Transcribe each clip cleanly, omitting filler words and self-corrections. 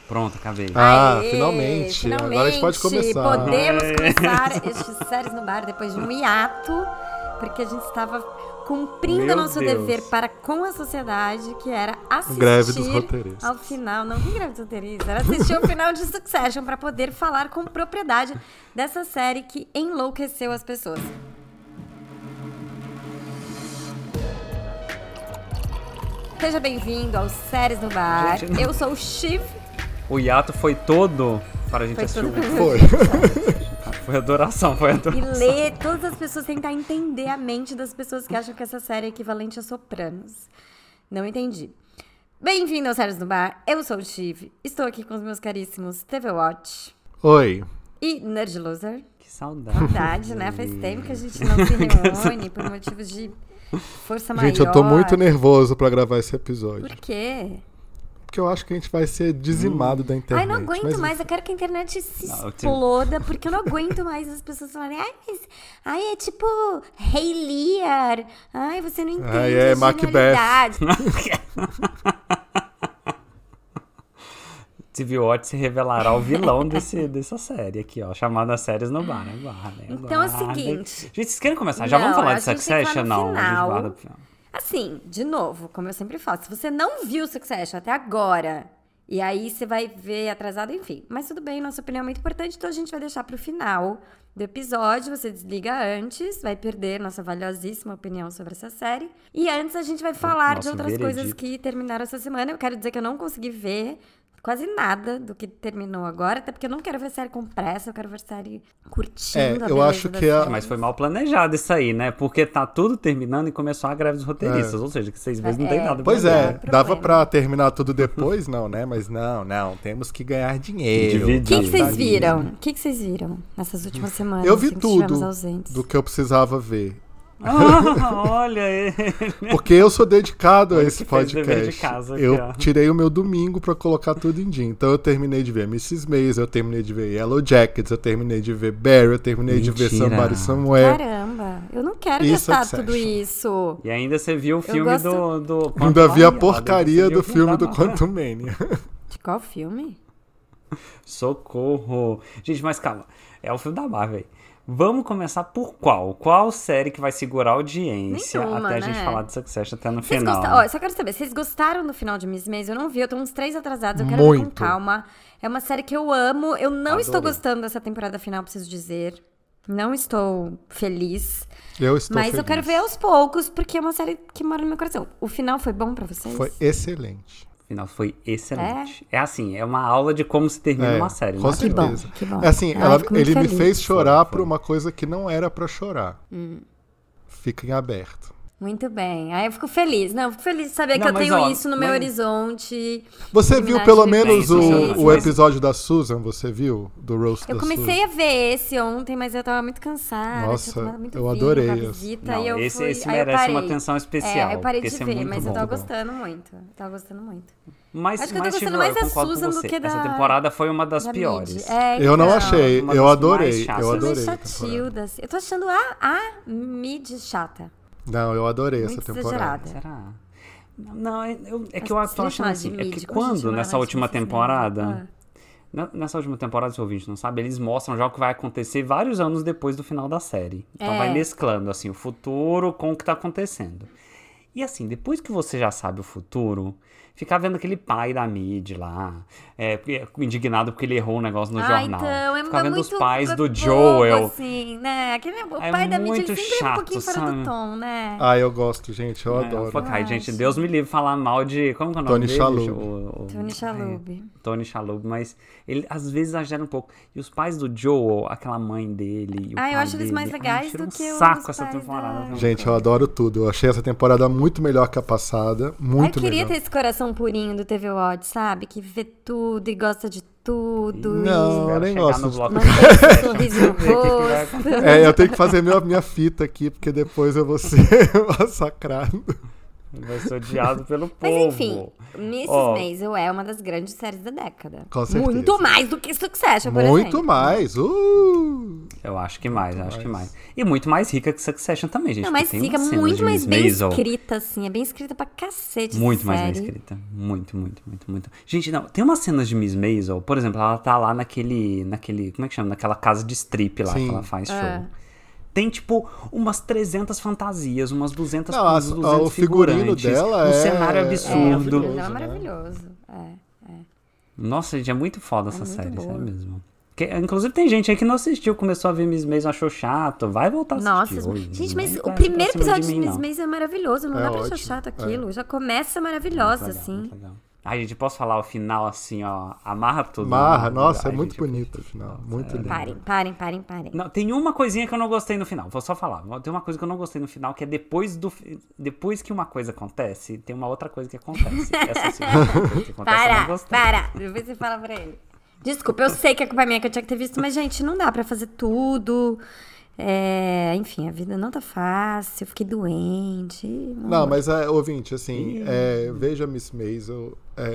Pronto, acabei. Aê, finalmente. Agora a gente pode começar. Podemos começar estes Séries no Bar depois de um hiato, porque a gente estava cumprindo nosso dever para com a sociedade, que era assistir greve dos roteiristas. ao final. Não, que greve dos roteiristas? Era assistir ao final de Succession para poder falar com propriedade dessa série que enlouqueceu as pessoas. Seja bem-vindo aos Séries no Bar. Gente, eu sou o Shiv. O hiato foi todo para a gente assistir o... Foi adoração, foi adoração. E ler todas as pessoas, tentar entender a mente das pessoas que acham que essa série é equivalente a Sopranos. Não entendi. Bem-vindo aos Séries no Bar. Eu sou o Shiv. Estou aqui com os meus caríssimos TV Watch. Oi. E Nerd Loser. Que saudade. Saudade, né? Faz tempo que a gente não se reúne por motivos de força maior. Gente, eu tô muito nervoso pra gravar esse episódio. Por quê? Porque eu acho que a gente vai ser dizimado da internet. Ai, não aguento mais. Eu quero que a internet se exploda, porque eu não aguento mais as pessoas falarem é tipo Hey Lear. Ai, você não entende é a genialidade. TV Watch se revelará o vilão dessa série aqui, ó, chamada Séries no Bar, né? Então é o seguinte... Gente, vocês querem começar? Já vamos falar de Succession? Não, final. A gente guarda pro final. Assim, de novo, como eu sempre falo, se você não viu Succession até agora, e aí você vai ver atrasado, enfim. Mas tudo bem, nossa opinião é muito importante, então a gente vai deixar pro final do episódio. Você desliga antes, vai perder nossa valiosíssima opinião sobre essa série. E antes a gente vai falar de outras coisas que terminaram essa semana. Eu quero dizer que eu não consegui ver quase nada do que terminou agora, até porque eu não quero ver série com pressa, eu quero ver série curtindo a eu beleza acho da que série. Mas foi mal planejado isso aí, né? Porque tá tudo terminando e começou a greve dos roteiristas. Ou seja, que 6 meses não tem nada. Pois é, dava pra terminar tudo depois, não, né? Mas não, temos que ganhar dinheiro. O que vocês viram? O que vocês viram nessas últimas semanas? Eu vi tudo ausentes? do que eu precisava ver. Olha ele. Porque eu sou dedicado a esse podcast. De casa aqui, eu tirei o meu domingo pra colocar tudo em dia. Então eu terminei de ver Mrs. Maisel, eu terminei de ver Yellow Jackets, eu terminei de ver Barry, eu terminei de ver Somebody Somewhere. Caramba, eu não quero gastar tudo isso. E ainda você viu o filme do ainda vi a porcaria do filme do Quantumania. De qual filme? Socorro. Gente, mas calma. É o filme da Marvel aí. Vamos começar por qual? Qual série que vai segurar a audiência até a gente falar de Succession até no final? Só quero saber, vocês gostaram do final de Miss Maisel? Eu não vi, eu tô uns 3 atrasados, eu quero ver com calma. É uma série que eu amo, eu não estou gostando dessa temporada final, preciso dizer. Não estou feliz. Eu estou Mas feliz. eu quero ver aos poucos, porque é uma série que mora no meu coração. O final foi bom pra vocês? Foi excelente. O final foi excelente. É assim, é uma aula de como se termina uma série. Com certeza. Que bom. É assim, ele me fez chorar por uma coisa que não era pra chorar. Fica em aberto. Muito bem. Aí eu fico feliz. Não, eu fico feliz de saber que eu tenho isso no meu horizonte. Você viu pelo menos o episódio da Susan? Você viu? Do Roast da Susan? Eu comecei a ver esse ontem, mas eu tava muito cansada. Nossa, eu adorei esse. Esse merece uma atenção especial. Eu parei de ver, mas eu tava gostando muito. Mas acho que eu tô gostando mais da Susan do que da... Essa temporada foi uma das piores. Eu não achei. Eu adorei. Eu adorei. Eu tô achando a mid chata. Não, eu adorei muito essa temporada. Será? Não, é que eu tô achando assim, é que quando nessa última temporada... Nessa última temporada, se o ouvinte não sabe, eles mostram já o que vai acontecer vários anos depois do final da série. Então vai mesclando, assim, o futuro com o que tá acontecendo. E assim, depois que você já sabe o futuro, ficar vendo aquele pai da Mid lá, indignado porque ele errou um negócio no jornal. Então, ficar vendo os pais do Joel. Assim, né? O pai da Mid, ele sempre é um pouquinho fora do tom, né? Eu gosto, gente, eu adoro. Gente, Deus me livre falar mal de... Como que é o nome dele? Tony Shalhoub. Tony Shalhoub, mas ele às vezes exagera um pouco. E os pais do Joel, aquela mãe dele... eu acho eles mais legais do que os saco essa temporada. Gente, eu adoro tudo. Eu achei essa temporada muito melhor que a passada. Muito melhor. Eu queria ter esse coração purinho do TV Watch, sabe? Que vê tudo e gosta de tudo. Não, eu nem gosto de tudo. Sorriso no rosto. Eu tenho que fazer minha fita aqui, porque depois eu vou ser massacrado. Vai ser odiado pelo povo. Mas enfim, Mrs. Maisel é uma das grandes séries da década. Com certeza. Muito mais do que Succession, por exemplo. exemplo. Muito mais. Eu acho que mais. E muito mais rica que Succession também, gente. Não, mais rica, muito mais bem escrita, assim. É bem escrita pra cacete. Muito mais bem escrita. Muito. Gente, não, tem umas cenas de Miss Maisel, por exemplo, ela tá lá naquele como é que chama? Naquela casa de strip lá que ela faz show. Tem, tipo, umas 300 fantasias, umas 200 o figurino dela um cenário absurdo. O figurino dela é maravilhoso. Nossa, gente, é muito foda essa série, sério mesmo. Inclusive tem gente aí que não assistiu, começou a ver Miss Maisel, achou chato, vai voltar a assistir. Nossa, gente, mas o primeiro episódio de Miss Maisel é maravilhoso, não dá pra achar chato aquilo. Já começa maravilhosa, assim. Legal. Ai, gente, posso falar o final assim, ó, amarra tudo. Nossa, é muito bonito o final, muito lindo. Parem. Não, tem uma coisinha que eu não gostei no final, vou só falar. Tem uma coisa que eu não gostei no final, que é depois que uma coisa acontece, tem uma outra coisa que acontece. Essa sim, que acontece, eu não gostei. Depois você fala pra ele. Desculpa, eu sei que a culpa é minha, que eu tinha que ter visto, mas, gente, não dá pra fazer tudo. Enfim, a vida não tá fácil, eu fiquei doente. Não, mas, ouvinte, assim, veja Miss Maisel,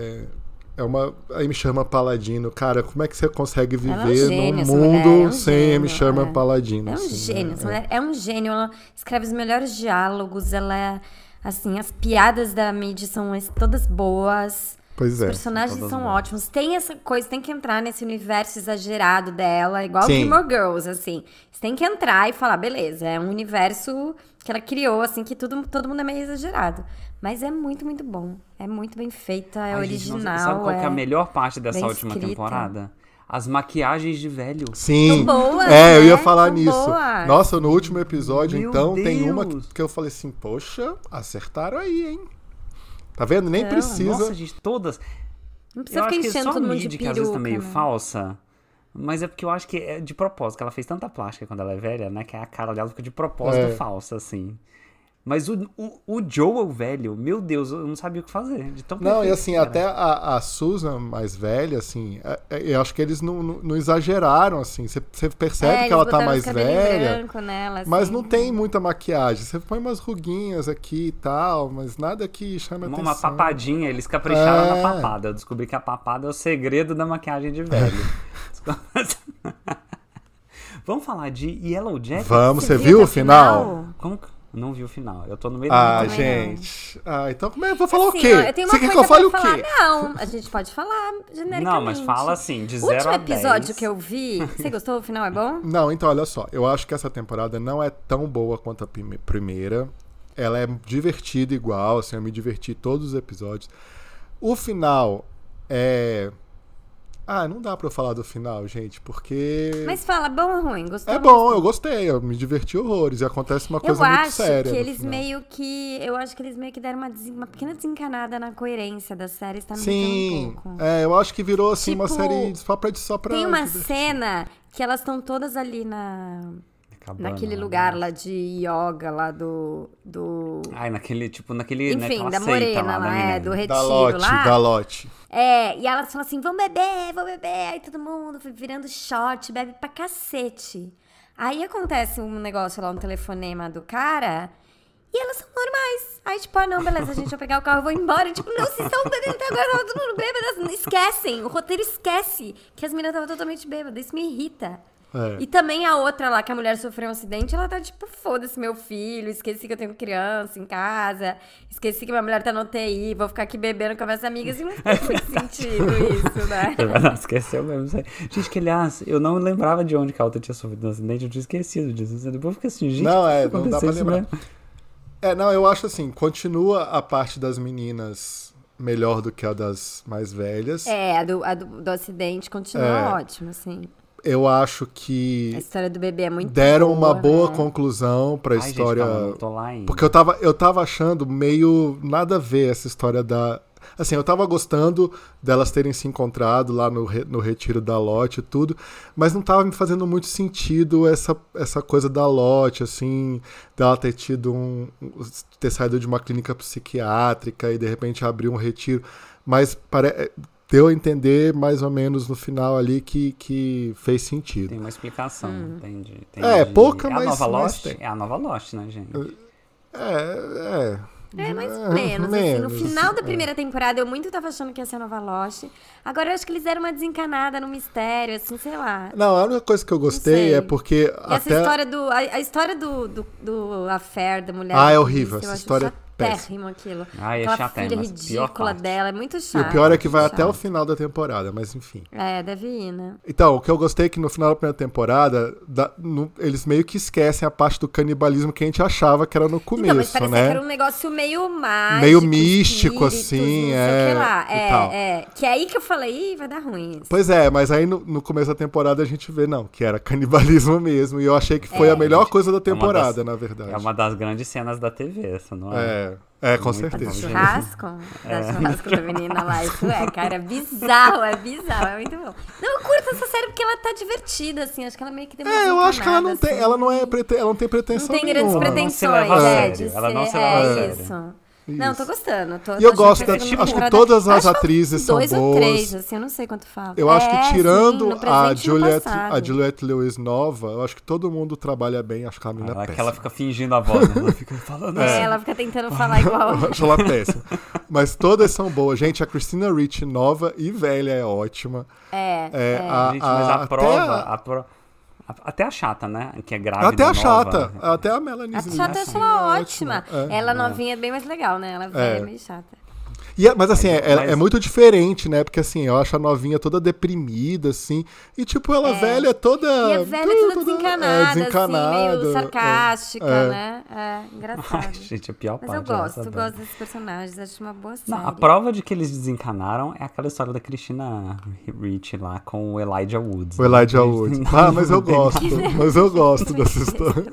aí me chama Paladino. Cara, como é que você consegue viver num mundo sem me chama Paladino? É um assim, gênio, essa mulher é um gênio. Ela escreve os melhores diálogos, ela assim, as piadas da mídia são todas boas. Pois Os personagens são ótimos. Tem essa coisa, tem que entrar nesse universo exagerado dela, igual Gilmore Girls, assim. Você tem que entrar e falar, beleza, é um universo que ela criou, assim, que todo mundo é meio exagerado. Mas é muito, muito bom. É muito bem feita, original. Gente, sabe qual que é a melhor parte dessa última temporada? As maquiagens de velho. Sim. Tão boas, eu ia falar nisso. Boas. Nossa, no último episódio, tem uma que eu falei assim, poxa, acertaram aí, hein? Tá vendo? Nem precisa. Nossa, gente, todas. Não precisa ficar enchendo todo mundo de peruca, que às vezes tá meio falsa. Mas é porque eu acho que é de propósito, que ela fez tanta plástica quando ela é velha, né? Que a cara dela fica de propósito falsa, assim. Mas o Joel velho, meu Deus, eu não sabia o que fazer. De tão não, e assim, até a Susan mais velha, assim, eu acho que eles não exageraram, assim. Você percebe que ela tá mais velha, branco nela, assim, mas não tem muita maquiagem. Você põe umas ruguinhas aqui e tal, mas nada que chama atenção. Uma papadinha, eles capricharam na papada. Eu descobri que a papada é o segredo da maquiagem de velho. Vamos falar de Yellow Jackets? Vamos, você viu o final? Como que... Não vi o final. Eu tô no meio do gente. Então como é? Eu vou falar assim, o quê? Você quer que eu fale o quê? Não, a gente pode falar genericamente. Não, mas fala assim, de 0 a 10. O último episódio que eu vi, você gostou? O final é bom? Não, então olha só. Eu acho que essa temporada não é tão boa quanto a primeira. Ela é divertida igual, assim, eu me diverti todos os episódios. O final é... não dá pra eu falar do final, gente, porque... Mas fala, bom ou ruim? Gostou? É bom, eu gostei, eu me diverti horrores. E acontece uma coisa muito séria. Eu acho que eles meio que deram uma pequena desencanada na coerência da série. Está me Sim, um pouco. Eu acho que virou assim uma série só pra tem uma cena que elas estão todas ali naquele lugar lá de yoga, lá do... Enfim, da morena lá, do retiro lá. Da Lotte. E elas falam assim, vamos beber. Aí todo mundo virando shot, bebe pra cacete. Aí acontece um negócio lá, um telefonema do cara, e elas são normais. Aí tipo, não, beleza, a gente vai pegar o carro e vou embora. E, tipo, não, vocês estão bebendo até agora, tava todo mundo bêbado. Esquecem, o roteiro esquece que as meninas estavam totalmente bêbadas. Isso me irrita. E também a outra lá, que a mulher sofreu um acidente, ela tá tipo, foda-se meu filho, esqueci que eu tenho criança em casa, esqueci que minha mulher tá no UTI, vou ficar aqui bebendo com as minhas amigas, e não tem muito sentido isso, né? Não, esqueceu mesmo. Gente, que aliás, eu não lembrava de onde que a outra tinha sofrido um acidente, eu tinha esquecido disso. Depois eu fiquei assim, gente, não dá pra lembrar. Eu acho assim, continua a parte das meninas melhor do que a das mais velhas. A do acidente continua ótima, assim. Eu acho que a história do bebê é muito deram boa, uma boa conclusão pra história. Gente, calma, eu tô lá ainda. Porque eu tava achando meio nada a ver essa história da... Assim, eu tava gostando delas terem se encontrado lá no retiro da Lotte e tudo, mas não tava me fazendo muito sentido essa coisa da Lotte, assim, dela ter ter saído de uma clínica psiquiátrica e de repente abrir um retiro. Mas deu a entender mais ou menos no final ali que fez sentido. Tem uma explicação, entendi. Pouca, mas... A nova Lost? É a nova Lost, né, gente? Mais ou menos. Assim, no final da primeira temporada, eu muito tava achando que ia ser a nova Lost. Agora eu acho que eles deram uma desencanada no mistério, assim, sei lá. Não, a única coisa que eu gostei é porque... Essa história a história do affair da mulher... é horrível, essa história é péssimo aquilo. É aquela filha ridícula dela, é muito chato. E o pior é que vai até o final da temporada, mas enfim. Deve ir, né? Então, o que eu gostei é que no final da primeira temporada, eles meio que esquecem a parte do canibalismo que a gente achava que era no começo, mas parecia né? que era um negócio meio mágico. Meio místico, assim, Que é aí que eu falei, vai dar ruim isso. Pois é, mas aí no começo da temporada a gente vê, não, que era canibalismo mesmo. E eu achei que foi a melhor coisa da temporada, na verdade. É uma das grandes cenas da TV, essa, não é? Com certeza. Churrasco? Churrasco da menina lá. Isso cara, é bizarro, é muito bom. Não, eu curto essa série porque ela tá divertida, assim. Acho que ela meio que demora. Eu acho que ela não tem, assim. ela não tem pretensão nenhuma. Não tem grandes pretensões, Ela não se leva a sério. Isso. Não, tô gostando. E eu gosto, acho que todas as atrizes são boas. 2 ou 3, assim, eu não sei quanto falta. Eu acho que tirando a Juliette Lewis nova, eu acho que todo mundo trabalha bem, acho que a menina é péssima. Ela fica fingindo a voz, né? Ela fica falando assim. Ela fica tentando falar igual. Eu acho ela péssima. Mas todas são boas. Gente, a Christina Ricci nova e velha é ótima. Gente, mas a prova... Até a chata, né? Que é grávida. Até a nova. chata. Até a Melanie. A chata eu acho ela ótima. Ela novinha é bem mais legal, né? Ela velha é meio chata. Mas assim, é muito diferente, né? Porque assim, eu acho a novinha toda deprimida, assim. E tipo, ela velha toda... E a velha toda desencanada, assim, meio sarcástica, né? Engraçado. Ai, gente, a pior Mas parte. eu gosto desses personagens, acho uma boa série. Não, a prova de que eles desencanaram é aquela história da Christina Ricci lá com o Elijah Wood. O Elijah Wood. Mas eu gosto. Mas eu gosto dessa história.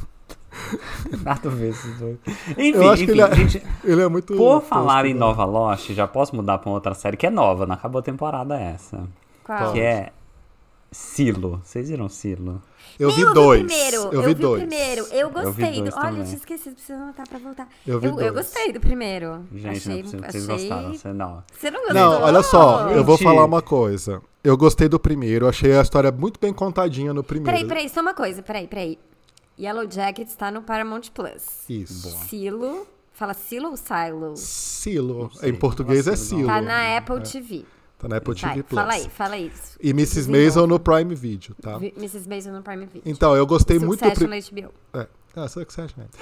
Nada a ver esses dois. Enfim, eu acho que gente, ele é muito... Por falar em Nova Lost, já posso mudar pra uma outra série que é nova, não acabou a temporada essa. Qual? Que é Silo. Vocês viram Silo? Eu vi 2. Eu vi o primeiro. Eu gostei. Olha, eu tinha esquecido, preciso anotar pra voltar. Eu gostei do primeiro. Gente, vocês gostaram. Você não gostou? Não, olha só, eu vou falar uma coisa. Eu gostei do primeiro, achei a história muito bem contadinha no primeiro. Peraí, só uma coisa, peraí. Yellow Jackets tá no Paramount Plus. Isso. Silo. Fala Silo ou Silo? Silo. Em português é Silo. Tá na Apple TV. Tá na Apple TV Plus. Fala isso. E Mrs. Maisel no Prime Video, tá? Mrs. Maisel no Prime Video. Então, eu gostei muito do... Succession na HBO. Succession, né?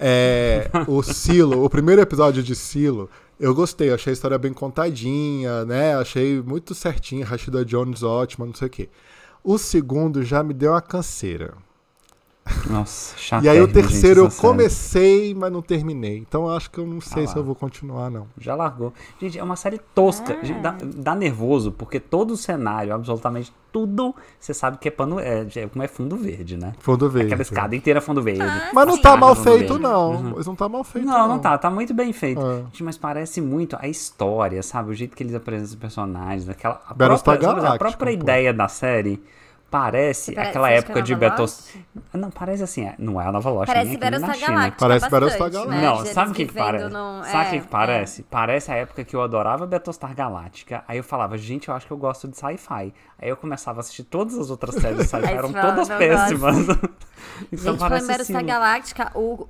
O Silo, o primeiro episódio de Silo, eu gostei. Achei a história bem contadinha, né? Achei muito certinho. Rashida Jones ótima, não sei o quê. O segundo já me deu uma canseira. Nossa, chato. E aí o terceiro eu comecei, mas não terminei. Então eu acho que eu não sei se eu vou continuar, não. Já largou. Gente, é uma série tosca. Gente, dá nervoso, porque todo o cenário, absolutamente tudo, você sabe que é pano... como é fundo verde, né? Fundo verde. Aquela escada inteira fundo verde. Mas não tá mal feito, não. Mas não tá mal feito, não. Não tá. Tá muito bem feito. Gente, mas parece muito a história, sabe? O jeito que eles apresentam os personagens. A própria ideia da série... Parece aquela época de Battlestar... Não, parece assim, não é a Nova Lost. Parece Battlestar Galactica. Parece Battlestar Galactica. Não, sabe o que parece? Sabe o que parece? Parece a época que eu adorava Battlestar Galactica. Aí eu falava, gente, eu acho que eu gosto de sci-fi. Aí eu começava a assistir todas as outras séries de sci-fi, eram todas péssimas. Então gente, parece Battlestar assim. Galactica,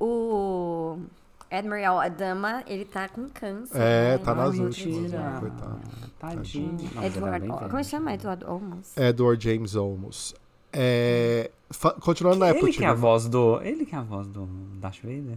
o Admiral Adama, ele tá com câncer. Tá nas últimas, coitado. Tadinho. Como chama? Edward Olmos? Edward James Olmos. Continuando na Apple TV. Ele que é a voz do Darth Vader?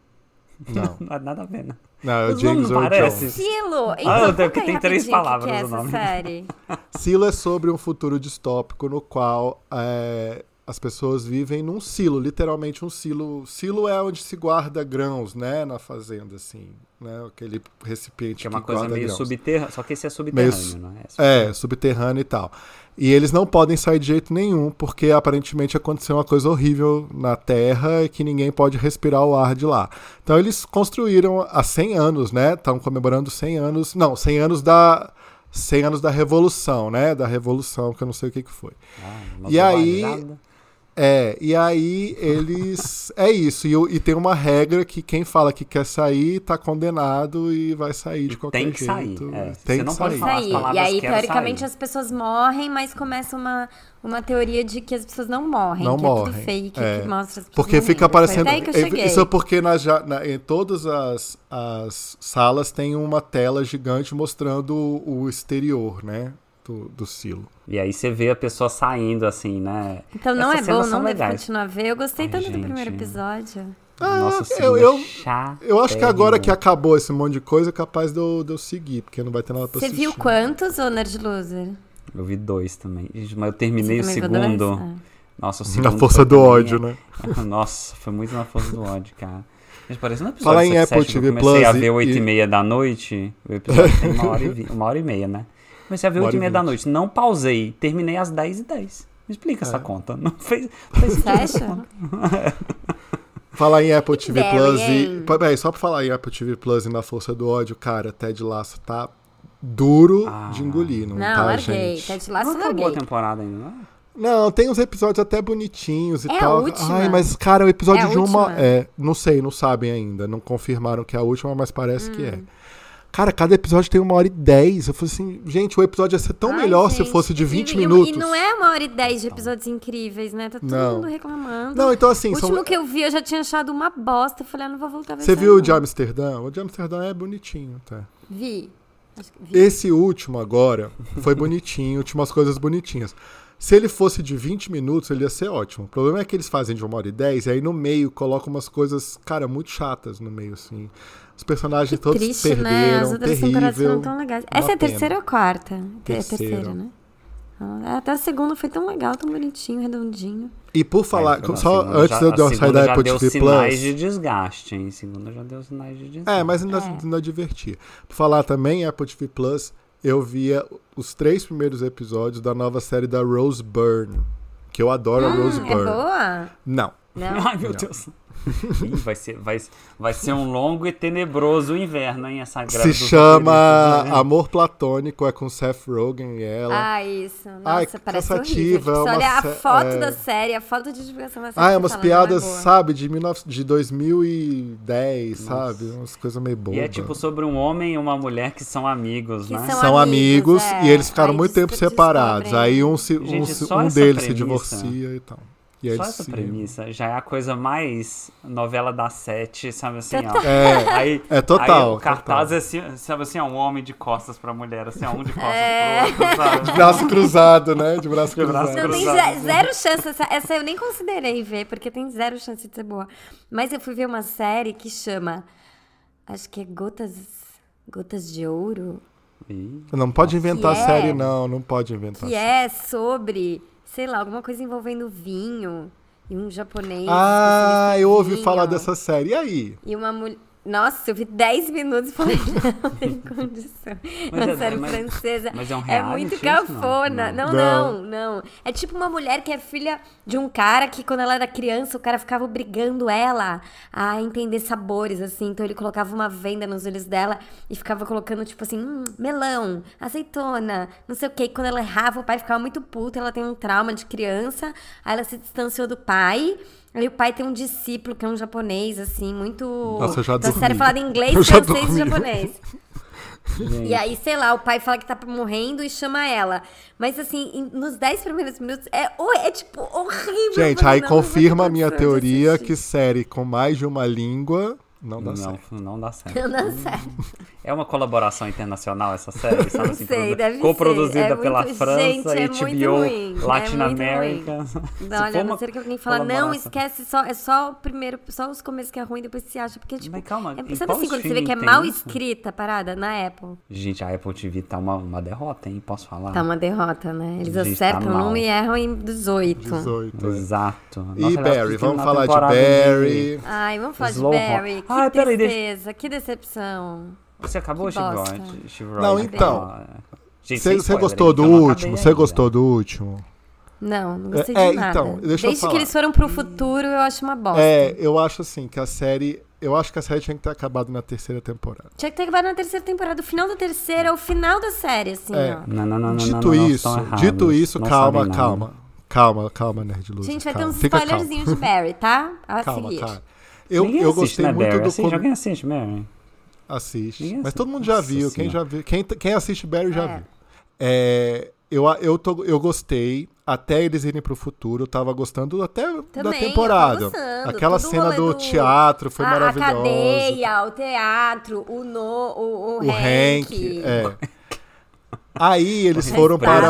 Não. Nada a ver, né? Não, é o James Earl Jones. Silo. Então, que tem 3 palavras o nome. Série. Silo é sobre um futuro distópico no qual... as pessoas vivem num silo, literalmente um silo. Silo é onde se guarda grãos, né? Na fazenda, assim. Né? Aquele recipiente que é uma coisa guarda meio grãos. subterrânea, só que esse é subterrâneo, não é? Subterrâneo e tal. E eles não podem sair de jeito nenhum, porque aparentemente aconteceu uma coisa horrível na Terra e que ninguém pode respirar o ar de lá. Então eles construíram há 100 anos, né? Estão comemorando 100 anos... Não, 100 anos da... 100 anos da Revolução, né? Da Revolução, que eu não sei o que foi. E aí... E aí eles... É isso, e tem uma regra que quem fala que quer sair tá condenado e vai sair de qualquer jeito. Tem que sair, Tem que sair. E aí, teoricamente, as pessoas morrem, mas começa uma teoria de que as pessoas não morrem, não que morrem. É tudo fake, que mostra as pessoas porque morrendo. fica aparecendo... Foi daí que eu cheguei. Isso é porque em todas as salas tem uma tela gigante mostrando o exterior, né? Do silo. E aí você vê a pessoa saindo, assim, né? Então não é bom, não devo continuar a ver. Eu gostei tanto do primeiro episódio. Nossa, eu acho que agora que acabou esse monte de coisa, é capaz de eu seguir, porque não vai ter nada pra assistir. Você viu quantos, ô Nerd Loser? Eu vi 2 também. Mas eu terminei o segundo. Nossa, o segundo. Na força do ódio, né? Nossa, foi muito na força do ódio, cara. Gente, parece um episódio Fala em Apple TV Plus. Eu comecei a ver 8h30 da noite. O episódio tem 1h30, né? Comecei a ver 8h30 da noite. Não pausei. Terminei às 10h10. Me explica essa conta. Não fez Fecha? Falar em Apple TV Plus e... Só pra falar em Apple TV Plus e na força do ódio, cara, Ted Lasso tá duro de engolir, não tá, larguei. gente? Ted Lasso não acabou a temporada ainda, não? Não, tem uns episódios até bonitinhos e tal. A última? Ai, mas, cara, o episódio de última? uma... não sei, não sabem ainda. Não confirmaram que é a última, mas parece que é. Cara, cada episódio tem 1h10. Eu falei assim, gente, o episódio ia ser tão melhor se fosse de 20 minutos. E não é 1h10 de episódios incríveis, né? Tá todo mundo reclamando. Não, então assim... O último que eu vi, eu já tinha achado uma bosta. Eu falei, não vou voltar a ver. Você viu o de Amsterdã? O de Amsterdã é bonitinho, tá? Vi. Esse último agora foi bonitinho, tinha umas coisas bonitinhas. Se ele fosse de 20 minutos, ele ia ser ótimo. O problema é que eles fazem de 1h10 e aí no meio colocam umas coisas, cara, muito chatas no meio, assim. Os personagens todos triste, perderam, né? As outras temporadas terrível. foram tão legais. Essa é a terceira ou quarta? Terceira. É a terceira, né? Até a segunda foi tão legal, tão bonitinho, redondinho. E por falar, só antes de eu sair da Apple TV Plus... sinais de desgaste, hein? Segunda já deu sinais de desgaste. Mas ainda divertia. Por falar também em Apple TV Plus, eu via os 3 primeiros episódios da nova série da Rose Byrne, que eu adoro a Rose Byrne. É boa? Não. Ai, meu Deus. Ih, vai ser um longo e tenebroso inverno, hein? Essa greve. Se chama Amor Platônico, é com Seth Rogen e ela. Isso. Nossa, parece cansativa. horrível. Você olha a foto da série, a foto de divulgação da série. É umas piadas, sabe, de 2010, sabe? Umas coisas meio bobas. E é tipo sobre um homem e uma mulher que são amigos, né? São amigos e eles ficaram muito tempo separados. Aí um deles se divorcia e tal. Só essa premissa já é a coisa mais novela das 7, sabe assim, ó. Aí total. Aí o cartaz é assim, sabe assim, um homem de costas pra mulher, assim, um de costas pro outro, sabe? De braço cruzado, né? De braço cruzado. Não, tem zero chance. Essa eu nem considerei ver, porque tem zero chance de ser boa. Mas eu fui ver uma série que chama, acho que é Gotas de Ouro. Não pode inventar série, não pode inventar. Que é sobre... sei lá, alguma coisa envolvendo vinho e um japonês. Eu ouvi falar dessa série. E aí? E uma mulher... Nossa, eu vi 10 minutos e falei, não tem condição. Uma série francesa. Mas é um reality? É muito cafona. Não. É tipo uma mulher que é filha de um cara que, quando ela era criança, o cara ficava obrigando ela a entender sabores, assim. Então ele colocava uma venda nos olhos dela e ficava colocando, tipo assim, melão, azeitona, não sei o quê. E quando ela errava, o pai ficava muito puto. Ela tem um trauma de criança. Aí ela se distanciou do pai. Aí o pai tem um discípulo que é um japonês, assim, muito... Nossa, eu já dormi. Da série falada em inglês, francês e japonês. E aí, sei lá, o pai fala que tá morrendo e chama ela. Mas, assim, nos 10 primeiros minutos, é tipo, horrível. Gente, aí confirma a minha teoria que série com mais de uma língua... Não dá certo. Não dá certo. Não dá certo. É uma colaboração internacional essa série? Sabe, assim, deve coproduzida ser. pela França e HBO Latin America. Olha, a não ser que alguém fala, não, esquece, é só o primeiro, só os começos que é ruim, depois você acha. Porque, tipo, mas calma, sabe assim, quando você vê que é mal escrita a parada na Apple? Gente, a Apple TV tá uma derrota, hein? Posso falar? Tá uma derrota, né? Eles acertam num e erram em 18. Exato. E Barry, vamos falar de Barry. Ai, vamos falar de Barry. Que tristeza, que decepção. Você acabou, Chivrod? Não, então. Você gostou do último? Você gostou do último? Não gostei de nada. Então, deixa eu falar. Desde que eles foram pro futuro, eu acho uma bosta. Eu acho assim, que a série... Eu acho que a série tinha que ter acabado na 3ª temporada. Tinha que ter acabado na 3ª temporada. O final da 3ª é o final da série, assim, ó. Não. Dito isso, calma. Calma, Nerd Loser. Gente, vai calma. ter uns spoilerzinhos de Barry, tá? A seguir. Calma. Eu gostei né, muito Barry? do... Assiste, alguém assiste Barry? Assiste. Ninguém Mas assiste. todo mundo já Nossa viu. Senhora. Quem já viu. Quem assiste Barry já viu. Eu gostei até eles irem pro futuro. Eu tava gostando até da temporada. Eu tava gostando. Aquela Todo cena rolê do teatro foi maravilhosa. A cadeia, o teatro, o Hank. Aí eles foram para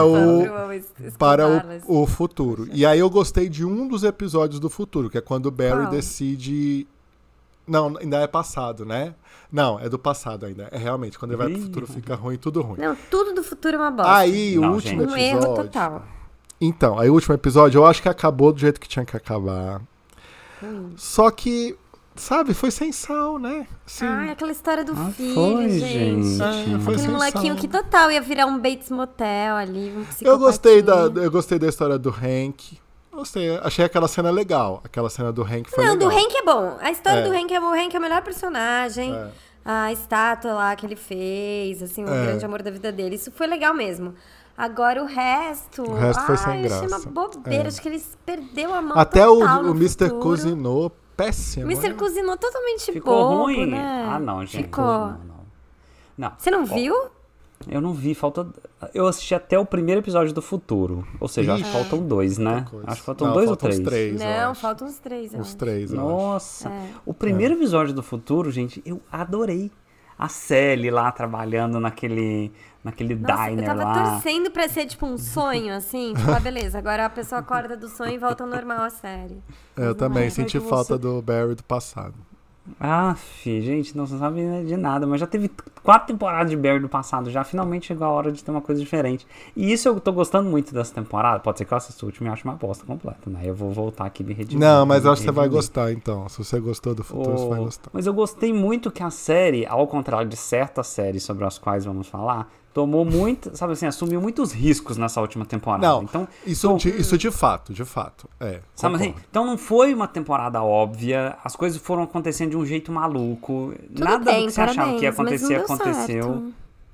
o futuro. E aí eu gostei de um dos episódios do futuro, que é quando o Barry decide... Não, ainda é passado, né? Não, é do passado ainda. É realmente, quando ele vai pro futuro fica ruim, tudo ruim. Não, tudo do futuro é uma bosta. Aí, o último episódio... Um erro total. Então, aí o último episódio, eu acho que acabou do jeito que tinha que acabar. Só que, sabe, foi sem sal, né? Assim, Aquela história do filho, foi, gente. foi Aquele sem molequinho sal. que total ia virar um Bates Motel ali, um eu gostei psicopatinho. da história do Hank. Gostei, achei aquela cena legal. Aquela cena do Hank foi Não, legal. do Hank é bom. A história do Hank é bom. O Hank é o melhor personagem. É. A estátua lá que ele fez, assim, o grande amor da vida dele. Isso foi legal mesmo. Agora o resto... O resto foi sem eu achei graça. uma bobeira. Acho que eles perderam a mão Até total o no Mr. futuro. Cozinhou, péssimo. O Mr. né? Cozinhou totalmente Ficou bobo, ruim? né? Ah, não, gente. Ficou. Não. Você não viu? Eu não vi, falta... Eu assisti até o primeiro episódio do futuro. Ou seja, acho que faltam 2, né? Acho que faltam 2 ou 3. Uns 3 Não, faltam uns 3. Uns 3, eu acho. Nossa. O primeiro episódio do futuro, gente, eu adorei. A Sally lá trabalhando naquele Nossa, diner eu tava lá. torcendo pra ser tipo um sonho, assim. Tipo, beleza, agora a pessoa acorda do sonho e volta ao normal a série. Eu também senti falta do Barry do passado. Gente, não sabe de nada, mas já teve 4 temporadas de Barry do passado, já finalmente chegou a hora de ter uma coisa diferente. E isso eu tô gostando muito dessa temporada, pode ser que eu assista o último e ache uma bosta completa, né? Eu vou voltar aqui e me redimir. Não, mas eu acho que você vai gostar, então. Se você gostou do futuro, você vai gostar. Mas eu gostei muito que a série, ao contrário de certas séries sobre as quais vamos falar, tomou muito, sabe assim, assumiu muitos riscos nessa última temporada. Não, então, isso de fato, sabe assim, então não foi uma temporada óbvia, as coisas foram acontecendo de um jeito maluco, nada do que você achava que ia acontecer, aconteceu.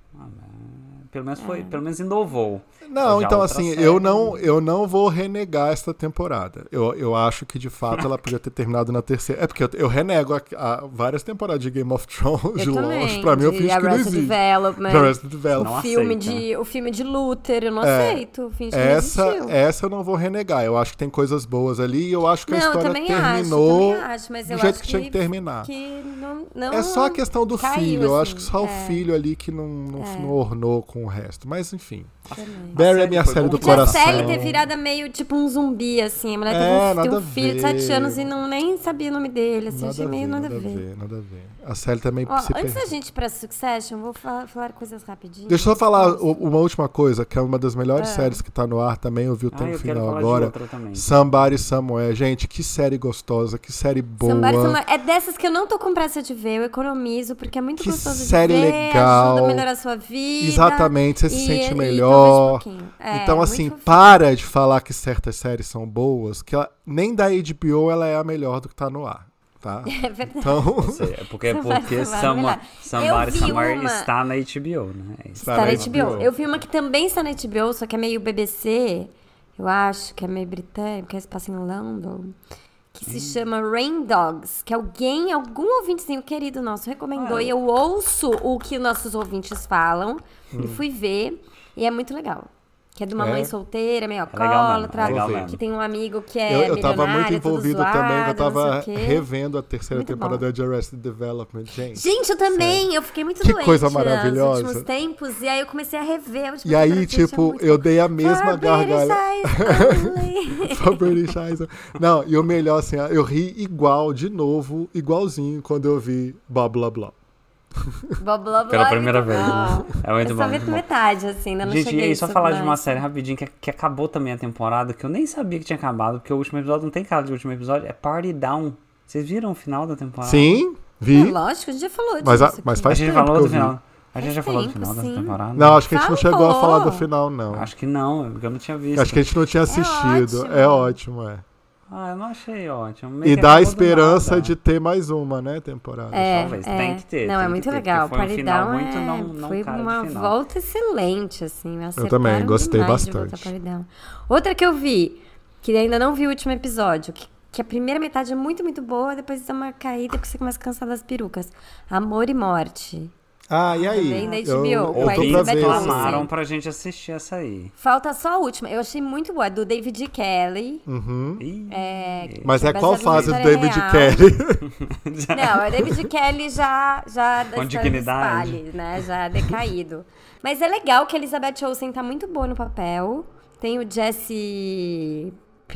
Pelo menos inovou. Não, Já então outra assim, série, eu não vou renegar esta temporada. Eu acho que de fato ela podia ter terminado na terceira. É porque eu renego várias temporadas de Game of Thrones, de Lost. Pra mim, eu finge que não existe. Arrested Development. Não O filme de Luther, eu não aceito. Finge que não existiu. Essa eu não vou renegar. Eu acho que tem coisas boas ali e eu acho que a história também terminou acho, mas do eu jeito acho que tinha que terminar. Que não É só a questão do caiu, filho. Eu assim. acho que só o filho ali que não ornou com o resto. Mas enfim. Barry é minha série do coração. A série ter virado meio tipo um zumbi, assim. A mulher teve um filho de 7 anos e nem sabia o nome dele. Assim, achei meio nada a ver. Nada a ver. A série também antes da gente ir pra Succession, vou falar coisas rapidinho. Deixa eu só falar uma última coisa, que é uma das melhores séries que tá no ar também. Eu vi o tempo final agora. Somebody Somewhere. Gente, que série gostosa, que série boa. É dessas que eu não tô com pressa de ver, eu economizo, porque é muito gostoso de ver. Que série legal. Ajuda a melhorar a sua vida. Exatamente, você se sente melhor. Então, assim, muito para de falar que certas séries são boas, que nem da HBO ela é a melhor do que tá no ar, tá? É verdade. Então... Porque Somebody Somewhere está na HBO, né? Está na HBO. Eu vi uma que também está na HBO, só que é meio BBC, eu acho, que é meio britânico, que se passa em London, que se chama Rain Dogs, que algum ouvintezinho querido nosso recomendou, e eu ouço o que nossos ouvintes falam, e fui ver, e é muito legal. Que é de uma mãe solteira, meio alcoólatra, que tem um amigo que é eu tava muito envolvido também, eu tava revendo a terceira temporada de Arrested Development, gente. Gente, eu também, eu fiquei muito doente coisa maravilhosa. nos últimos tempos, e aí eu comecei a rever a última E aí, tipo, eu dei a mesma gargalhada. For British Eyes. Não, e o melhor, assim, eu ri igualzinho, quando eu vi Blá Blá Blá. Pela primeira vez. É muito bom. Eu só vi metade, assim, ainda não gente, cheguei. E aí, só falar de uma série rapidinho que acabou também a temporada, que eu nem sabia que tinha acabado, porque o último episódio não tem cara de último episódio, é Party Down. Vocês viram o final da temporada? Sim, vi. Lógico, a gente já falou disso. Mas faz tempo falou que eu do vi. final. A gente já falou do final dessa temporada? Não, acho que a gente não chegou a falar do final, não. Acho que não, porque eu não tinha visto. Acho que a gente não tinha assistido. É ótimo, eu não achei ótimo. E dá a esperança de ter mais uma, né, temporada. Talvez, tem que ter. Não, é muito legal. Party Down foi uma volta excelente, assim. Eu também, gostei bastante. Outra que eu vi, que ainda não viu o último episódio, que a primeira metade é muito, muito boa, depois dá uma caída porque você começa a cansar das perucas. Amor e Morte. Ah, e aí? Também da HBO. Ouvintes reclamaram pra gente assistir essa aí. Falta só a última. Eu achei muito boa, do David Kelly. Uhum. Mas é qual fase do David Kelly? Não, o David Kelly já com dignidade, espalhe, né? Já decaído. Mas é legal que a Elizabeth Olsen tá muito boa no papel. Tem o Jesse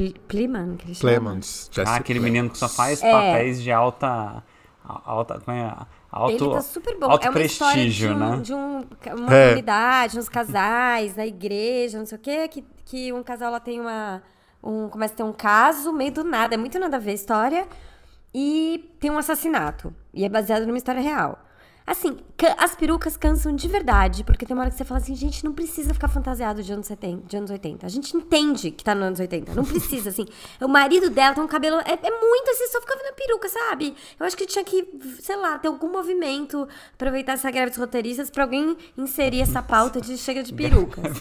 Plemons. Aquele menino que só faz papéis de alta como é? Ele tá super bom. Alto é uma prestígio, história né? uma comunidade, uns casais, na igreja, não sei o quê, que um casal lá tem começa a ter um caso, meio do nada, é muito nada a ver a história, e tem um assassinato, e é baseado numa história real. Assim, as perucas cansam de verdade, porque tem uma hora que você fala assim, gente, não precisa ficar fantasiado de anos 80. A gente entende que tá nos anos 80, não precisa, assim. O marido dela tem um cabelo, é muito assim, só fica vendo a peruca, sabe? Eu acho que tinha que, sei lá, ter algum movimento, aproveitar essa greve dos roteiristas pra alguém inserir essa pauta de chega de perucas.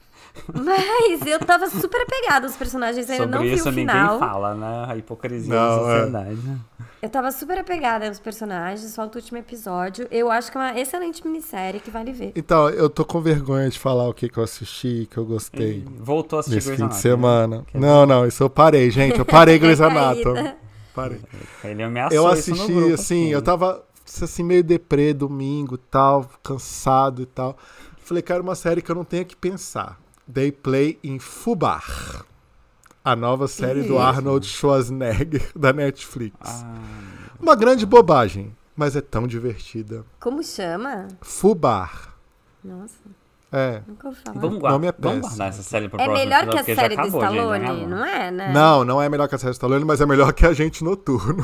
Mas eu tava super apegada aos personagens, eu não vi o final. Sobre isso ninguém fala, né? A hipocrisia da sociedade. Eu tava super apegada aos personagens, falta o último episódio. Eu acho que é uma excelente minissérie que vale ver. Então, eu tô com vergonha de falar o que eu assisti, que eu gostei. Voltou a assistir nesse Grey's fim de Anatomy, semana. Não, isso eu parei, gente. Eu parei Grey's Anatomy. Parei. Ele ameaçou eu isso assisti, no grupo, assim, eu tava assim, meio deprê, domingo, tal, cansado e tal. Falei, cara, uma série que eu não tenho que pensar. Dei play em Fubar, a nova série do Arnold Schwarzenegger da Netflix. Uma grande bobagem, mas é tão divertida. Como chama? Fubar. Nossa. Nunca ouvi falar. Vamos guardar essa série pra próxima. É melhor que a série do Stallone, não é, né? Não é melhor que a série do Stallone, mas é melhor que Agente Noturno.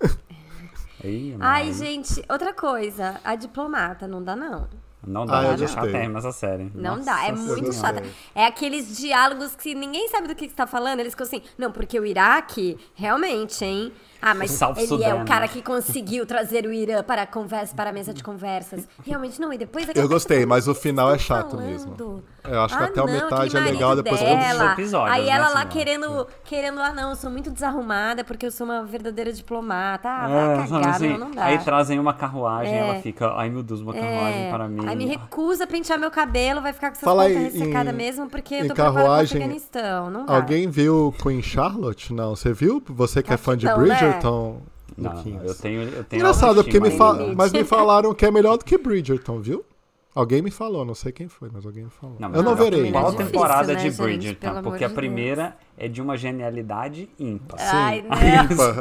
Ai, gente, outra coisa. A Diplomata, não dá, não. Não dá, é chata essa série. Não dá, é muito chata. É aqueles diálogos que ninguém sabe do que você tá falando. Eles ficam assim, não, porque o Iraque, realmente, hein? Mas ele é o cara que conseguiu trazer o Irã para a mesa de conversas. Realmente não, e depois... Eu gostei, mas o final é chato mesmo. Eu acho que até a metade é legal, depois dela, aí ela lá querendo, eu sou muito desarrumada porque eu sou uma verdadeira diplomata. Vai cagar, assim, não dá. Aí trazem uma carruagem, ela fica, ai meu Deus, uma carruagem para mim. Aí me recusa a pentear meu cabelo, vai ficar com essas pontas ressecadas mesmo, porque eu tô preparada pro Afeganistão, não dá. Alguém viu Queen Charlotte? Não, você viu? Você que é fã de Bridgerton? Não, eu tenho engraçado, porque mas me falaram que é melhor do que Bridgerton, viu? Alguém me falou, não sei quem foi, mas alguém me falou. Eu não verei. Qual temporada de Bridgerton? Porque a primeira é de uma genialidade ímpar. Ai, ímpar,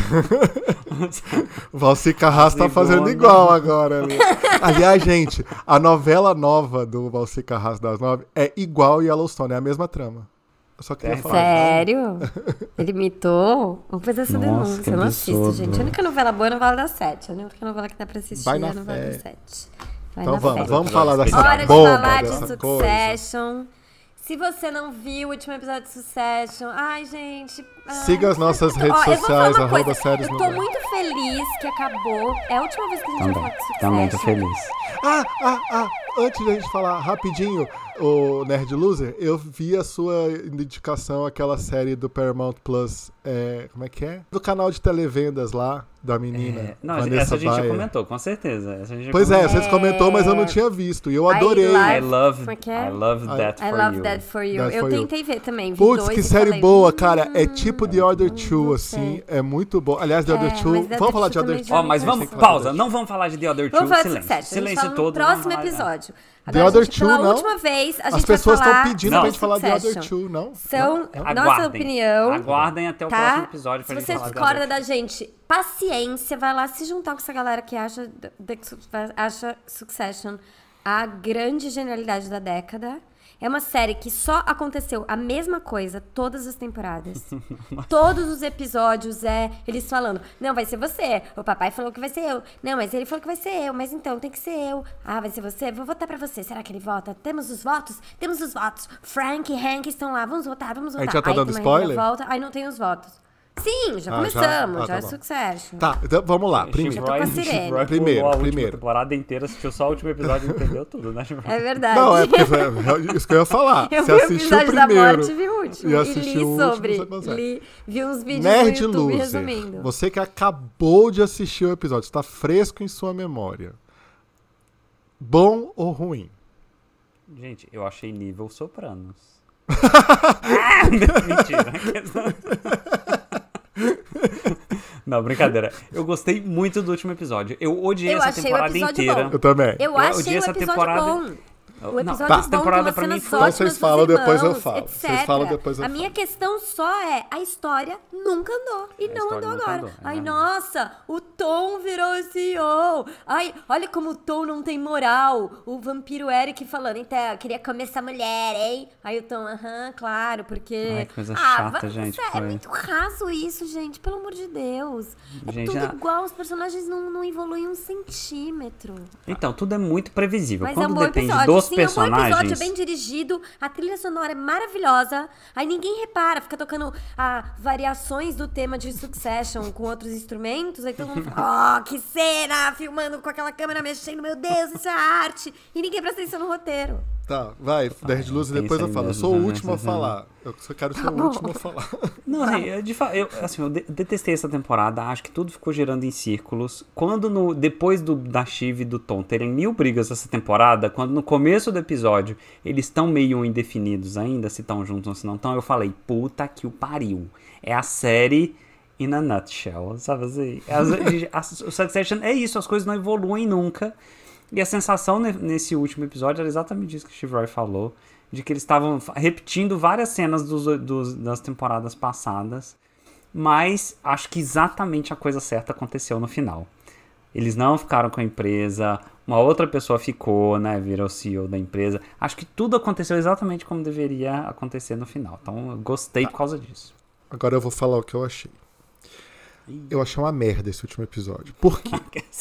O Valci Carrasco tá fazendo igual agora. Aliás, gente, a novela nova do Valci Carrasco das 9 é igual Yellowstone, é a mesma trama. Eu só queria falar. Sério? Ele imitou? Vamos fazer essa denúncia. Eu não assisto, gente. A única novela boa é a novela das 7. A única novela que dá pra assistir é a novela das 7. Então vamos falar dessa hora bomba, de falar de Succession. Coisa. Se você não viu o último episódio de Succession, ai, gente... Siga as nossas redes sociais, @séries. Eu tô muito feliz que acabou. É a última vez que a gente vai falar de Succession. Tô muito feliz. Antes da gente falar rapidinho, o Nerd Loser, eu vi a sua indicação, aquela série do Paramount Plus, como é que é? Do canal de televendas lá, da menina. Vanessa essa a gente Bayer. Já comentou, com certeza. Vocês comentou, mas eu não tinha visto, e eu adorei. I love That For You. Eu tentei ver também, vi Putz, que série boa, cara. É tipo The Other Two, assim, é muito bom. Aliás, The Other Two, vamos falar de The Other Two. Mas vamos, pausa, não vamos falar de The Other Two, vamos falar de Succession. Silêncio todo. Próximo episódio. The Other Two, não? última vez, a gente As pessoas estão pedindo pra gente falar de The Other Two, não? Nossa opinião. Aguardem até o próximo episódio pra gente falar. Se você discorda da gente, paciência, vai lá se juntar com essa galera que acha Succession a grande genialidade da década. É uma série que só aconteceu a mesma coisa todas as temporadas. Todos os episódios eles falando, não, vai ser você. O papai falou que vai ser eu. Não, mas ele falou que vai ser eu. Mas então, tem que ser eu. Ah, vai ser você? Vou votar pra você. Será que ele vota? Temos os votos? Temos os votos. Frank e Hank estão lá. Vamos votar. A gente já tá dando spoiler? Aí não tem os votos. Sim, já começamos, já é Succession. Tá, então vamos lá. Primeiro. Eu tô com a sirene. Primeiro. A temporada inteira, assistiu só o último episódio e entendeu tudo, né? É verdade. Não, é porque isso que eu ia falar. Eu Você vi o assistiu episódio primeiro. da morte, vi o último. E li sobre. Vi uns vídeos Nerd no YouTube Loser, resumindo. você que acabou de assistir o episódio, está fresco em sua memória. Bom ou ruim? Gente, eu achei nível Sopranos. Mentira. Não, brincadeira. Eu gostei muito do último episódio. Eu odiei essa temporada inteira. Bom. Eu também. Eu achei o episódio bom. O episódio não, bom, tem umas cenas então vocês falam, depois eu falo. Etc. Vocês falam, depois eu A falo. minha questão só é, a história nunca andou. E não andou agora. Ai, nossa, o Tom virou CEO. Ai, olha como o Tom não tem moral. O vampiro Eric falando, então, eu queria comer essa mulher, hein? Aí o Tom, claro, porque... Ai, que coisa chata, gente. É muito raso isso, gente, pelo amor de Deus. Gente, tudo igual, os personagens não evoluem 1 centímetro. Então, tudo é muito previsível. Mas quando é um bom depende episódio. dos Sim, personagens... é um bom episódio, é bem dirigido, a trilha sonora é maravilhosa, aí ninguém repara, fica tocando variações do tema de Succession com outros instrumentos, aí todo mundo fala, que cena, filmando com aquela câmera mexendo, meu Deus, isso é arte, e ninguém presta atenção no roteiro. Tá, vai, Nerd Loser, depois eu falo. Eu sou o último a falar. Eu só quero ser o último a falar. Não, assim, eu detestei essa temporada, acho que tudo ficou girando em círculos. Quando depois da Shiv e do Tom terem 1000 brigas essa temporada, quando no começo do episódio eles estão meio indefinidos ainda, se estão juntos ou se não estão, eu falei, puta que o pariu. É a série in a nutshell, sabe assim? O Succession é isso, as coisas não evoluem nunca. E a sensação nesse último episódio era exatamente isso que o Steve Roy falou, de que eles estavam repetindo várias cenas das temporadas passadas, mas acho que exatamente a coisa certa aconteceu no final. Eles não ficaram com a empresa, uma outra pessoa ficou, né, virou CEO da empresa. Acho que tudo aconteceu exatamente como deveria acontecer no final. Então eu gostei por causa disso. Agora eu vou falar o que eu achei. Eu achei uma merda esse último episódio. Por quê?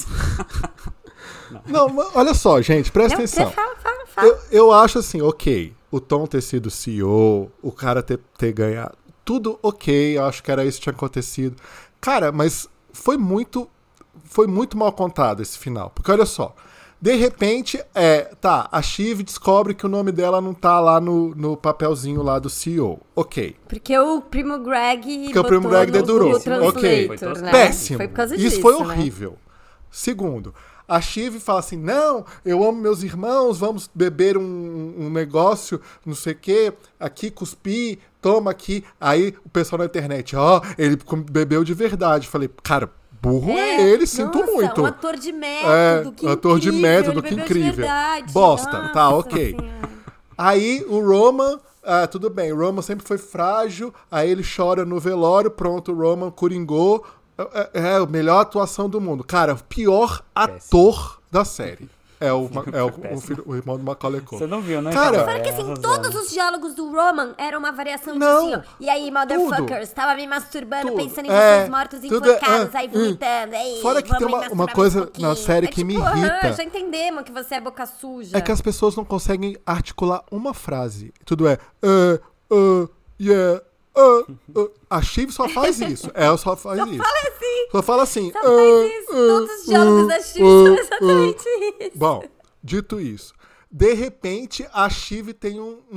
Não, olha só, gente, presta atenção. Fala. Eu acho assim, ok, o Tom ter sido CEO, o cara ter ganhado, tudo ok, eu acho que era isso que tinha acontecido. Cara, mas foi muito mal contado esse final. Porque olha só, de repente, a Shiv descobre que o nome dela não tá lá no papelzinho lá do CEO. Ok. Porque o primo Greg dedurou. Ok. Né? Péssimo. Foi por causa disso, isso foi horrível. Né? Segundo, a Shiv fala assim, não, eu amo meus irmãos, vamos beber um negócio, não sei o quê, aqui cuspi, toma aqui. Aí o pessoal na internet, ele bebeu de verdade. Falei, cara, burro é ele, sinto muito. Um ator de método, que ator incrível, de método, que incrível. Bosta, nossa, tá, ok. Senhora. Aí o Roman, tudo bem, o Roman sempre foi frágil, aí ele chora no velório, pronto, o Roman coringou. É a melhor atuação do mundo. Cara, o pior ator da série é o irmão do Macaulay Culkin. Você não viu, né? Cara, fora que assim, todos os diálogos do Roman eram uma variação de assim, ó. E aí, motherfuckers, tava me masturbando, pensando em vocês mortos enforcados, aí vomitando. Fora que tem uma coisa na série que me irrita. Já entendemos que você é boca suja. É que as pessoas não conseguem articular uma frase. Tudo yeah. A Shiv só faz isso. Ela só faz isso. Só fala assim. Só faz isso. Todos os diálogos da Shiv são exatamente isso. Bom, dito isso, de repente a Shiv tem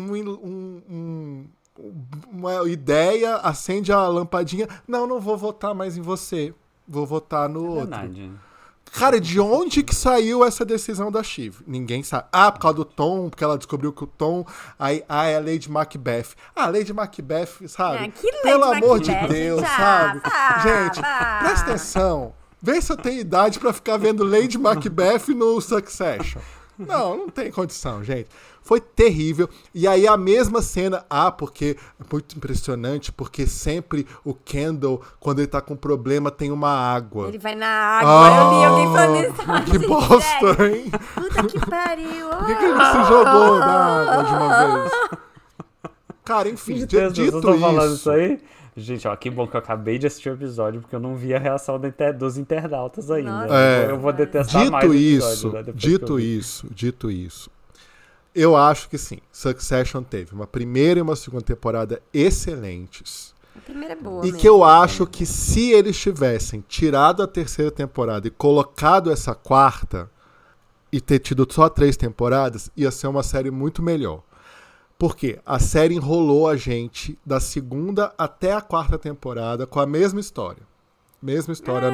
uma ideia, acende a lampadinha. Não vou votar mais em você. Vou votar no outro. Verdade. Cara, de onde que saiu essa decisão da Shiv? Ninguém sabe. Por causa do Tom, porque ela descobriu que o Tom... é a Lady Macbeth. Lady Macbeth, sabe? Pelo amor de Deus, sabe? Gente, presta atenção. Vê se eu tenho idade pra ficar vendo Lady Macbeth no Succession. Não tem condição, gente. Foi terrível. E aí a mesma cena, porque é muito impressionante, porque sempre o Kendall, quando ele tá com problema, tem uma água. Ele vai na água, eu li alguém falando isso. Que bosta, hein? Puta que pariu. Por que ele se jogou na água de uma vez? Cara, enfim, dito isso... falando isso aí? Gente, que bom que eu acabei de assistir o episódio, porque eu não vi a reação dos internautas ainda. Eu vou detestar mais o episódio. Dito isso, eu acho que sim, Succession teve uma primeira e uma segunda temporada excelentes. A primeira é boa E mesmo. que eu acho que se eles tivessem tirado a 3ª temporada e colocado essa 4ª e ter tido só 3 temporadas, ia ser uma série muito melhor. Porque a série enrolou a gente da 2ª até a 4ª temporada com a mesma história. Mesma história.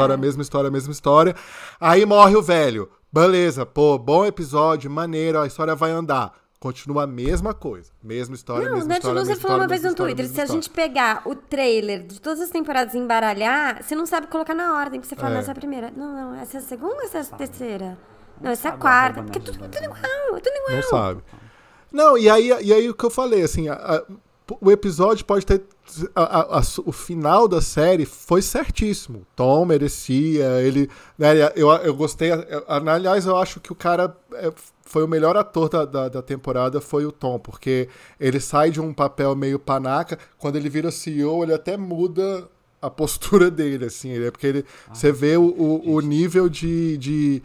Aí morre o velho. Beleza, pô, bom episódio, maneiro, a história vai andar. Continua a mesma coisa. Mesma história, mesma história. O Ned Loser falou uma vez no Twitter, se a gente pegar o trailer de todas as temporadas e embaralhar, você não sabe colocar na ordem, que você fala, essa é a primeira. Não, essa é a segunda ou essa é a terceira? Não, essa é a 4ª. Porque é tudo igual. Não sabe. Não, e aí o que eu falei, assim, o episódio pode ter... o final da série foi certíssimo. Tom merecia, ele... Né, eu gostei... aliás, eu acho que o cara... foi o melhor ator da temporada, foi o Tom, porque ele sai de um papel meio panaca, quando ele vira CEO, ele até muda a postura dele, assim, porque você vê o nível de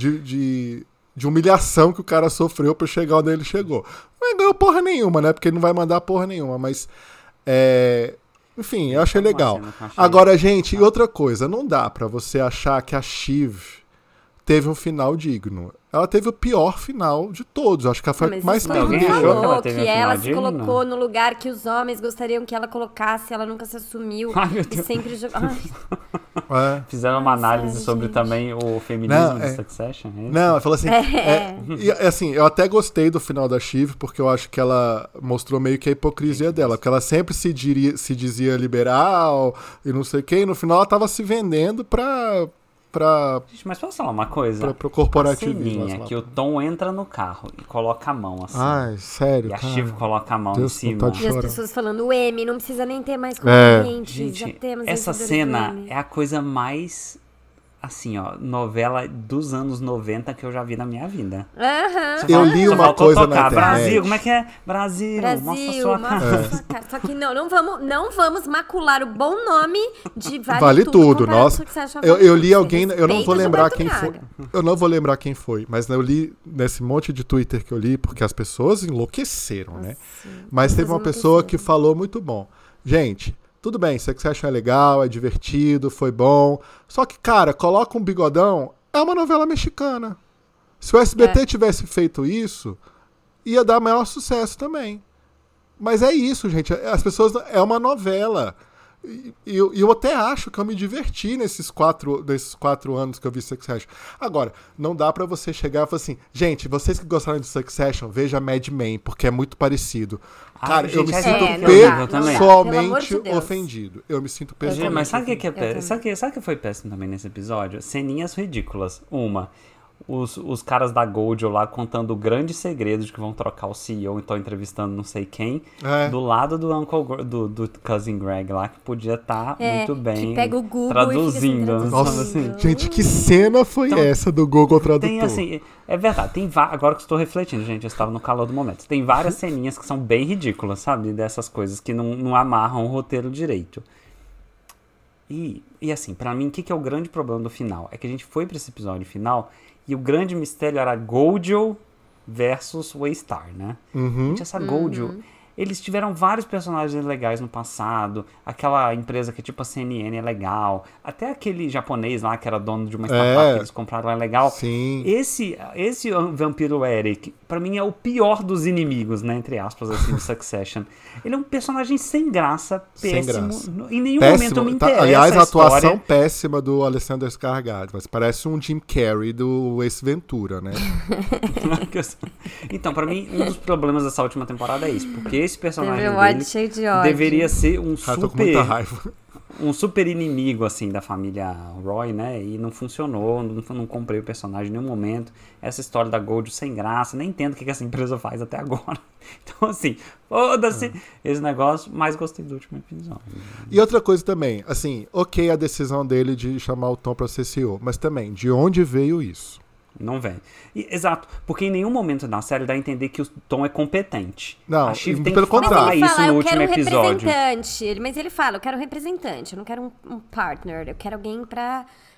humilhação que o cara sofreu pra chegar onde ele chegou. Não ganhou porra nenhuma, né? Porque ele não vai mandar porra nenhuma, mas... enfim, eu achei legal. Agora, gente, e outra coisa, não dá pra você achar que a Shiv teve um final digno. Ela teve o pior final de todos. Acho que ela foi mais perdida. Que ela se colocou no lugar que os homens gostariam que ela colocasse, ela nunca se assumiu. E sempre jogou. Fizeram uma análise sobre também o feminismo de Succession. Não, ela falou assim. Assim, eu até gostei do final da Shiv, porque eu acho que ela mostrou meio que a hipocrisia dela. Porque ela sempre se dizia liberal e não sei o quê, e no final ela tava se vendendo pra... Gente, mas posso falar uma coisa? Pro corporativismo. A ceninha que o Tom entra no carro e coloca a mão assim. Ai, sério, e a Shiv coloca a mão em cima. E as pessoas falando, o M, não precisa nem ter mais concorrentes. Gente, já temos essa cena é a coisa mais... assim, ó, novela dos anos 90 que eu já vi na minha vida. Eu li uma coisa na internet. Brasil, como é que é? Brasil, mostra sua cara. Só que não vamos macular o bom nome de Vale Tudo. Nossa, eu li alguém, eu não vou lembrar quem foi. Eu não vou lembrar quem foi, mas eu li nesse monte de Twitter que eu li, porque as pessoas enlouqueceram, né? Mas teve uma pessoa que falou muito bom. Gente, tudo bem, Succession é legal, é divertido, foi bom. Só que, cara, coloca um bigodão, é uma novela mexicana. Se o SBT tivesse feito isso, ia dar maior sucesso também. Mas é isso, gente. As pessoas... é uma novela. E eu até acho que eu me diverti nesses 4 anos que eu vi Succession. Agora, não dá pra você chegar e falar assim, gente, vocês que gostaram de Succession, veja Mad Men, porque é muito parecido. Cara, eu me sinto pessoalmente ofendido. Eu me sinto pessoalmente Mas sabe o que é péssimo? Sabe o que foi péssimo também nesse episódio? Ceninhas ridículas. Os caras da Gold lá contando o grande segredo de que vão trocar o CEO, então entrevistando não sei quem, do lado do Uncle do Cousin Greg lá, que podia estar muito bem que pega o Google traduzindo. E Nossa, assim. Gente, que cena foi essa do Google Tradutor? Tem assim, é verdade, agora que estou refletindo, gente, eu estava no calor do momento. Tem várias ceninhas que são bem ridículas, sabe? Dessas coisas que não amarram o roteiro direito. E assim, pra mim, o que é o grande problema do final? É que a gente foi pra esse episódio final e o grande mistério era Goldie versus Waystar, né? Gente, essa Goldie... Eles tiveram vários personagens legais no passado. Aquela empresa que é tipo a CNN é legal. Até aquele japonês lá que era dono de uma startup que eles compraram é legal. Sim. Esse vampiro Eric, pra mim, é o pior dos inimigos, né? Entre aspas, assim, de Succession. Ele é um personagem sem graça, péssimo. Sem graça. Em nenhum momento eu me interessa aliás, a atuação história. péssima do Alessandro Skarsgård. Mas parece um Jim Carrey do Ace Ventura, né? Então, pra mim, um dos problemas dessa última temporada é isso. Porque esse personagem dele deveria ser um super inimigo, assim, da família Roy, né? E não funcionou, não comprei o personagem em nenhum momento. Essa história da Gold sem graça, nem entendo o que essa empresa faz até agora. Então, assim, foda-se esse negócio, mas gostei do último episódio. E outra coisa também, assim, ok a decisão dele de chamar o Tom pra ser CEO, mas também, de onde veio isso? Não vem. Exato, porque em nenhum momento da série dá a entender que o Tom é competente. Não, a Shiv tem pelo que falar isso no último episódio. Mas ele fala, eu quero um representante, eu não quero um partner, eu quero alguém pra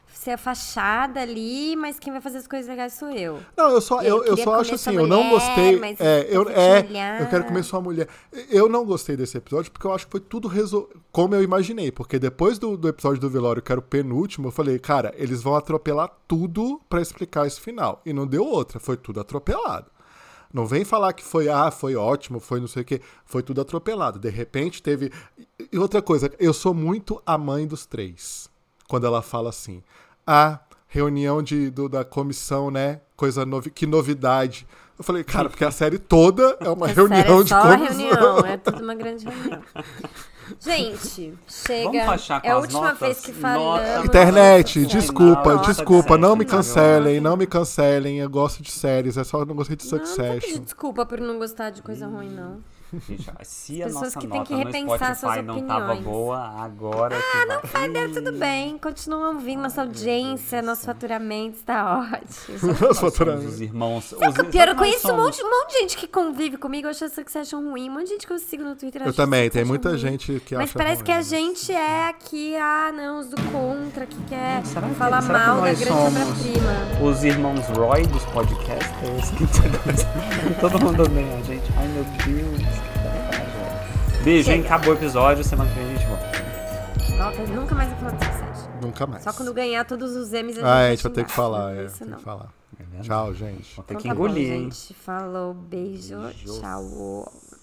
ser a fachada ali, mas quem vai fazer as coisas legais sou eu. Não, eu só acho assim, eu não gostei. Eu quero comer sua mulher. Eu não gostei desse episódio porque eu acho que foi tudo como eu imaginei. Porque depois do episódio do velório, que era o penúltimo, eu falei, cara, eles vão atropelar tudo pra explicar esse final. E não deu outra, foi tudo atropelado. Não vem falar que foi ótimo, foi não sei o quê. Foi tudo atropelado. De repente teve... E outra coisa, eu sou muito a mãe dos 3. Quando ela fala assim, reunião da comissão, né? Que novidade. Eu falei, cara, porque a série toda é uma reunião de comissão. Reunião, é tudo uma grande reunião. Gente, chega. É a última vez que falamos. Internet, desculpa, não me cancelem. Eu gosto de séries, é só eu não gostei de Succession. Não pedir desculpa por não gostar de coisa ruim, não. Gente, se a nossa que nota tem que repensar no Spotify não tava boa, agora não vai dar tudo bem. Continuam vindo, nossa audiência, nosso faturamento está ótimo. Nosso faturamento. Os irmãos... Pior, eu conheço um monte de gente que convive comigo, acha Succession ruim. Um monte de gente que eu sigo no Twitter. Eu também, tem muita gente que acha Mas parece ruim. Que a gente é aqui, os do contra, que quer falar mal da grande obra-prima. Os irmãos Roy dos podcasters? Todo mundo odeia a gente. Ai, meu Deus. Beijo, hein? Acabou o episódio, semana que vem a gente volta. Volta, nunca mais vou falar de Succession. Nunca mais. Só quando ganhar todos os Emmys a gente vai ter que falar. Tem que falar. Tchau, gente. Vou ter que engolir, hein? Gente. Falou, beijo. Tchau.